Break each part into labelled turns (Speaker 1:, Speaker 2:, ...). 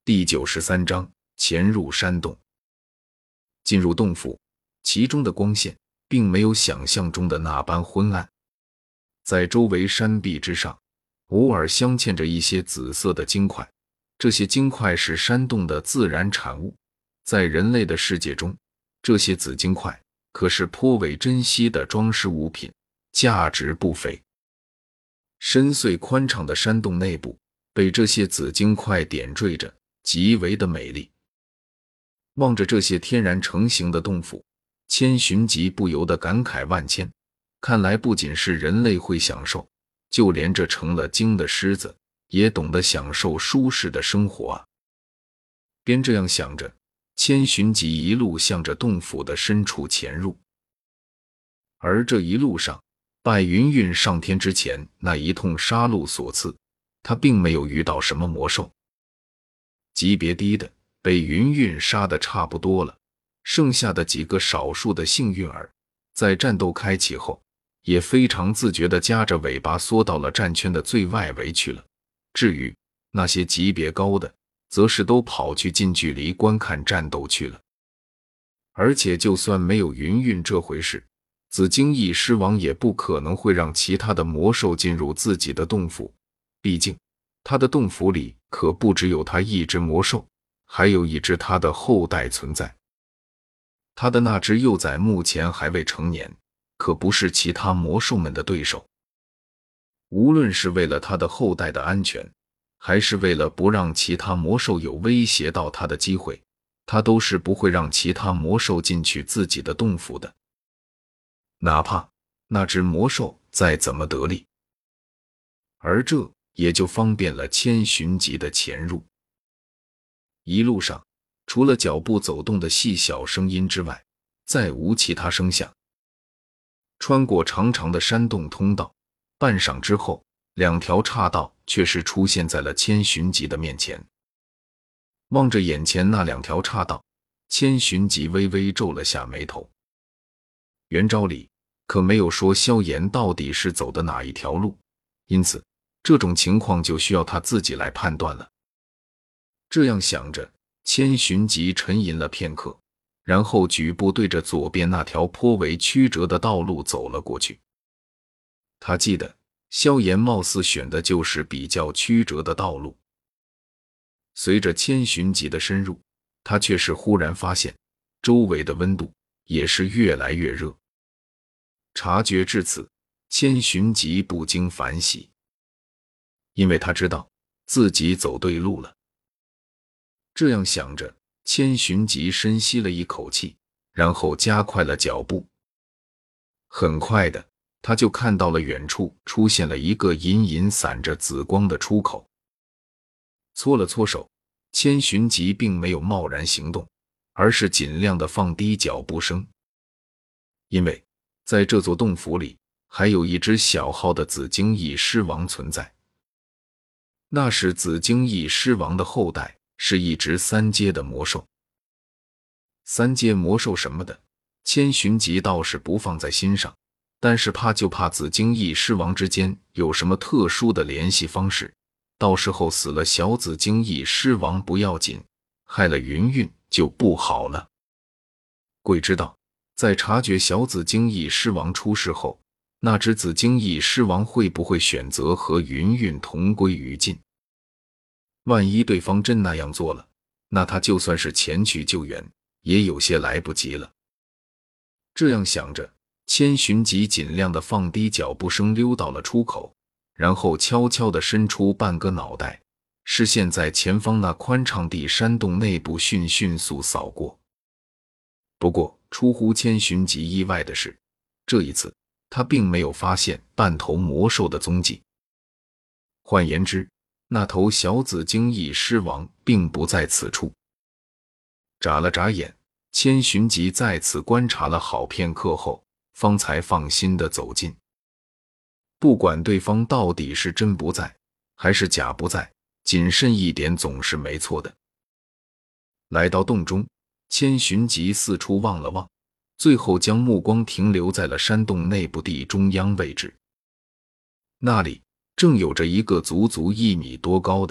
Speaker 1: 第93章潜入山洞。进入洞府，其中的光线并没有想象中的那般昏暗，在周围山壁之上，偶尔镶嵌着一些紫色的晶块，这些晶块是山洞的自然产物。在人类的世界中，这些紫晶块可是颇为珍惜的装饰物品，价值不菲。深邃宽敞的山洞内部被这些紫晶块点缀着，极为的美丽。望着这些天然成型的洞府，千寻疾不由得感慨万千。看来不仅是人类会享受，就连这成了精的狮子也懂得享受舒适的生活啊！边这样想着，千寻疾一路向着洞府的深处潜入。而这一路上，拜云韵上天之前那一通杀戮所赐，他并没有遇到什么魔兽。级别低的被云韵杀得差不多了，剩下的几个少数的幸运儿，在战斗开启后，也非常自觉地夹着尾巴缩到了战圈的最外围去了。至于那些级别高的，则是都跑去近距离观看战斗去了。而且就算没有云韵这回事，紫晶翼狮王也不可能会让其他的魔兽进入自己的洞府，毕竟他的洞府里可不只有他一只魔兽，还有一只他的后代存在。他的那只幼崽目前还未成年，可不是其他魔兽们的对手。无论是为了他的后代的安全，还是为了不让其他魔兽有威胁到他的机会，他都是不会让其他魔兽进去自己的洞府的，哪怕那只魔兽再怎么得力。而这也就方便了千寻疾的潜入。一路上，除了脚步走动的细小声音之外，再无其他声响。穿过长长的山洞通道，半晌之后，两条岔道却是出现在了千寻疾的面前。望着眼前那两条岔道，千寻疾微微皱了下眉头。原招里可没有说萧炎到底是走的哪一条路，因此这种情况就需要他自己来判断了。这样想着，千寻疾沉吟了片刻，然后举步对着左边那条颇为曲折的道路走了过去。他记得萧炎貌似选的就是比较曲折的道路。随着千寻疾的深入，他却是忽然发现周围的温度也是越来越热。察觉至此，千寻疾不禁反喜，因为他知道自己走对路了。这样想着，千寻疾深吸了一口气，然后加快了脚步。很快的，他就看到了远处出现了一个隐隐闪着紫光的出口。搓了搓手，千寻疾并没有贸然行动，而是尽量的放低脚步声。因为在这座洞府里，还有一只小号的紫晶翼狮王存在。那是紫晶翼狮王的后代，是一只3阶的魔兽。3阶魔兽什么的，千寻疾倒是不放在心上，但是怕就怕紫晶翼狮王之间有什么特殊的联系方式，到时候死了小紫晶翼狮王不要紧，害了云韵就不好了。鬼知道在察觉小紫晶翼狮王出事后，那只紫晶翼狮王会不会选择和云韵同归于尽？万一对方真那样做了，那他就算是前去救援，也有些来不及了。这样想着，千寻疾尽量的放低脚步声，溜到了出口，然后悄悄地伸出半个脑袋，视线在前方那宽敞地山洞内部迅速扫过。不过出乎千寻疾意外的是，这一次他并没有发现半头魔兽的踪迹。换言之，那头小紫晶翼狮王并不在此处。眨了眨眼，千寻疾再次观察了好片刻后，方才放心地走近。不管对方到底是真不在，还是假不在，谨慎一点总是没错的。来到洞中，千寻疾四处望了望，最后将目光停留在了山洞内部地中央位置。那里正有着一个足足1米多高的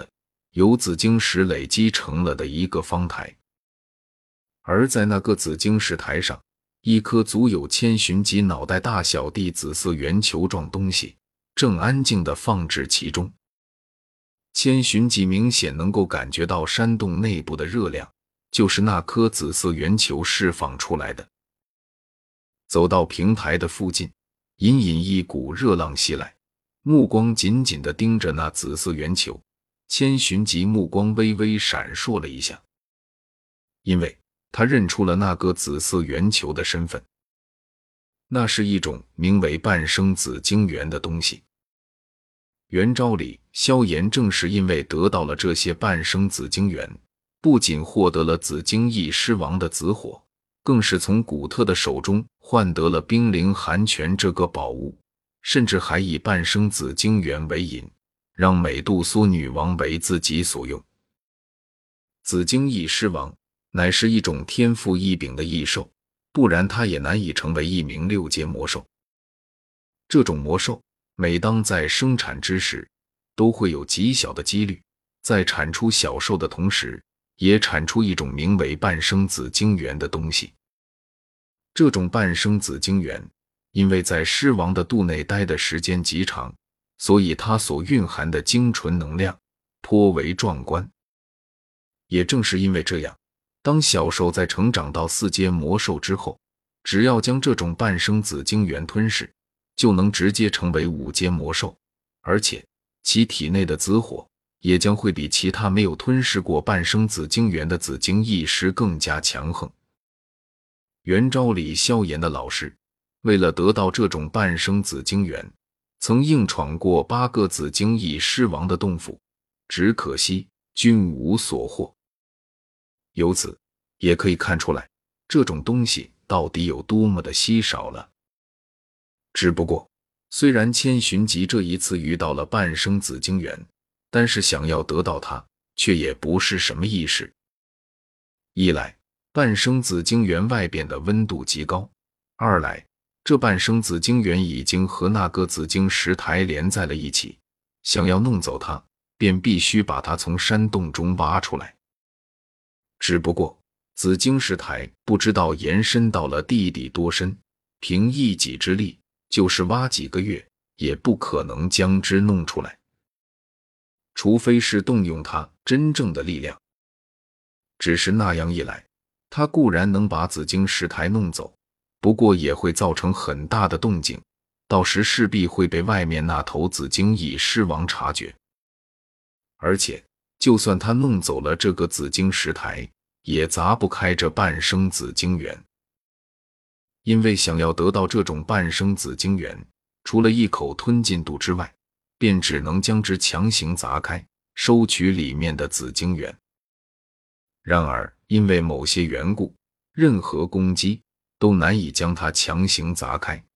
Speaker 1: 由紫晶石累积成了的一个方台。而在那个紫晶石台上，一颗足有千寻疾脑袋大小的紫色圆球状东西正安静地放置其中。千寻疾明显能够感觉到山洞内部的热量就是那颗紫色圆球释放出来的。走到平台的附近，隐隐一股热浪袭来，目光紧紧地盯着那紫色圆球。千寻疾目光微微闪烁了一下，因为他认出了那个紫色圆球的身份，那是一种名为半生紫晶元的东西。元昭里，萧炎正是因为得到了这些半生紫晶元，不仅获得了紫晶翼狮王的紫火，更是从古特的手中换得了冰灵寒泉这个宝物，甚至还以半生紫晶元为引，让美杜莎女王为自己所用。紫晶翼狮王乃是一种天赋异禀的异兽，不然它也难以成为一名6阶魔兽。这种魔兽每当在生产之时，都会有极小的几率在产出小兽的同时，也产出一种名为半生紫晶元的东西。这种半生紫晶元因为在狮王的肚内待的时间极长，所以它所蕴含的精纯能量颇为壮观。也正是因为这样，当小兽在成长到4阶魔兽之后，只要将这种半生紫晶元吞噬，就能直接成为5阶魔兽，而且其体内的紫火也将会比其他没有吞噬过半生紫晶元的紫晶翼狮更加强横。元昭里萧炎的老师为了得到这种半生紫晶元，曾硬闯过8个紫晶翼狮王的洞府，只可惜均无所获。由此也可以看出来，这种东西到底有多么的稀少了。只不过，虽然千寻疾这一次遇到了半生紫晶元，但是想要得到它，却也不是什么易事。一来，半生紫晶元外边的温度极高；二来，这半生紫晶元已经和那个紫晶石台连在了一起，想要弄走它，便必须把它从山洞中挖出来。只不过，紫晶石台不知道延伸到了地底多深，凭一己之力，就是挖几个月，也不可能将之弄出来，除非是动用它真正的力量。只是那样一来，它固然能把紫晶石台弄走，不过也会造成很大的动静，到时势必会被外面那头紫晶翼狮王察觉。而且，就算他弄走了这个紫晶石台，也砸不开这半生紫晶元。因为想要得到这种半生紫晶元，除了一口吞进肚之外，便只能将之强行砸开，收取里面的紫晶元。然而，因为某些缘故，任何攻击都难以将它强行砸开。